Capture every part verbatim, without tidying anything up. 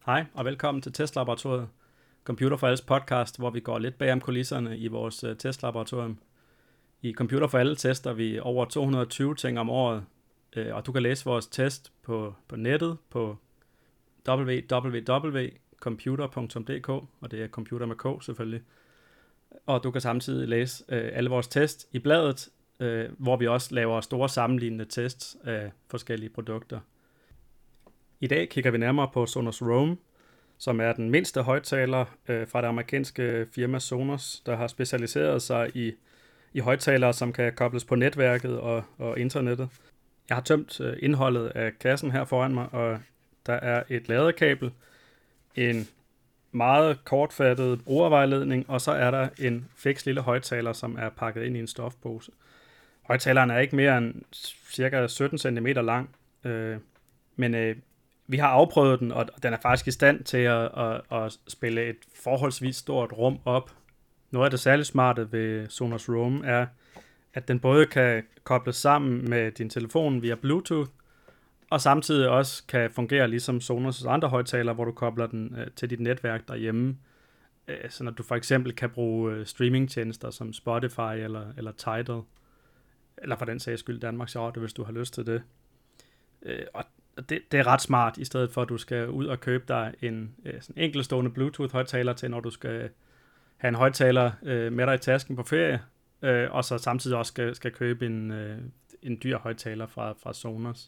Hej og velkommen til Testlaboratoriet, Computer for Alles podcast, hvor vi går lidt bag om kulisserne i vores uh, testlaboratorium. I Computer for Alle tester vi over to hundrede og tyve ting om året, uh, og du kan læse vores test på, på nettet på w w w punktum computer punktum d k, og det er computer med K selvfølgelig. Og du kan samtidig læse uh, alle vores test i bladet, uh, hvor vi også laver store sammenlignende tests af forskellige produkter. I dag kigger vi nærmere på Sonos Roam, som er den mindste højttaler øh, fra det amerikanske firma Sonos, der har specialiseret sig i, i højttalere, som kan kobles på netværket og, og internettet. Jeg har tømt øh, indholdet af kassen her foran mig, og der er et ladekabel, en meget kortfattet brugervejledning, og så er der en fiks lille højttaler, som er pakket ind i en stofpose. Højttaleren er ikke mere end cirka sytten centimeter lang, øh, men øh, vi har afprøvet den, og den er faktisk i stand til at, at, at spille et forholdsvis stort rum op. Noget af det særligt smarte ved Sonos Roam er, at den både kan kobles sammen med din telefon via Bluetooth, og samtidig også kan fungere ligesom Sonos' andre højttalere, hvor du kobler den øh, til dit netværk derhjemme. Øh, så når du for eksempel kan bruge øh, streamingtjenester som Spotify eller, eller Tidal, eller for den sags skyld Danmarks Radio, hvis du har lyst til det. Øh, og Det, det er ret smart, i stedet for at du skal ud og købe dig en øh, sådan enkeltstående Bluetooth-højttaler til, når du skal have en højttaler øh, med dig i tasken på ferie, øh, og så samtidig også skal, skal købe en, øh, en dyr højttaler fra, fra Sonos.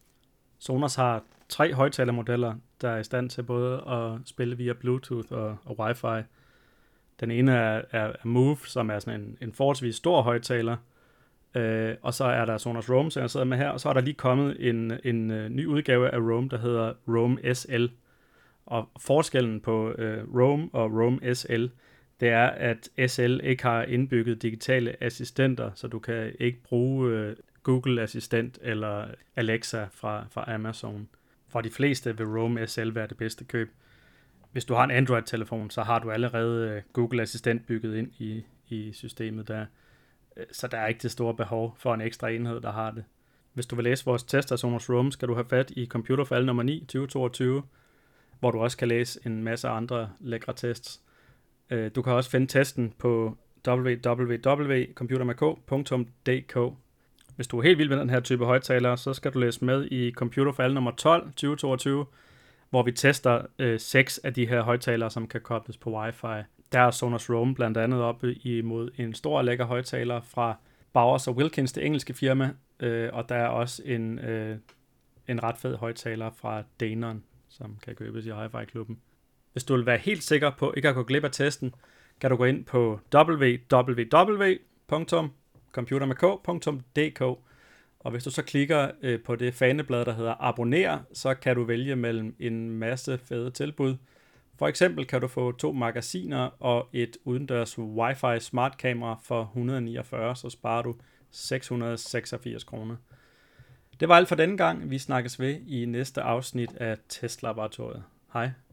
Sonos har tre højttalermodeller, der er i stand til både at spille via Bluetooth og, og Wi-Fi. Den ene er, er, er Move, som er sådan en, en forholdsvis stor højttaler, Uh, og så er der Sonos Roam, som jeg sidder med her, og så er der lige kommet en, en uh, ny udgave af Roam, der hedder Roam S L. Og forskellen på uh, Roam og Roam S L, det er, at S L ikke har indbygget digitale assistenter, så du kan ikke bruge uh, Google Assistent eller Alexa fra, fra Amazon. For de fleste vil Roam S L være det bedste køb. Hvis du har en Android-telefon, så har du allerede uh, Google Assistent bygget ind i, i systemet der. Så der er ikke det store behov for en ekstra enhed, der har det. Hvis du vil læse vores test af Sonos Roam, skal du have fat i Computer for Alle nummer ni tyve toogtyve, hvor du også kan læse en masse andre lækre tests. Du kan også finde testen på w w w punktum computer med k punktum d k. Hvis du er helt vild med den her type højttalere, så skal du læse med i Computer for Alle nummer tolv tyve toogtyve, hvor vi tester øh, seks af de her højttalere, som kan kobles på Wi-Fi. Der er Sonos Roam blandt andet oppe imod en stor lækker højttaler fra Bowers og Wilkins, det engelske firma, øh, og der er også en, øh, en ret fed højttaler fra Denon, som kan købes i Hi-Fi-klubben. Hvis du vil være helt sikker på ikke at gå glip af testen, kan du gå ind på w w w punktum computer med k punktum d k, og hvis du så klikker øh, på det faneblad, der hedder abonner, så kan du vælge mellem en masse fede tilbud. For eksempel kan du få to magasiner og et udendørs Wi-Fi smartkamera for et hundrede og niogfyrre, så sparer du seks hundrede og seksogfirs kroner. Det var alt for denne gang. Vi snakkes ved i næste afsnit af Testlaboratoriet. Hej.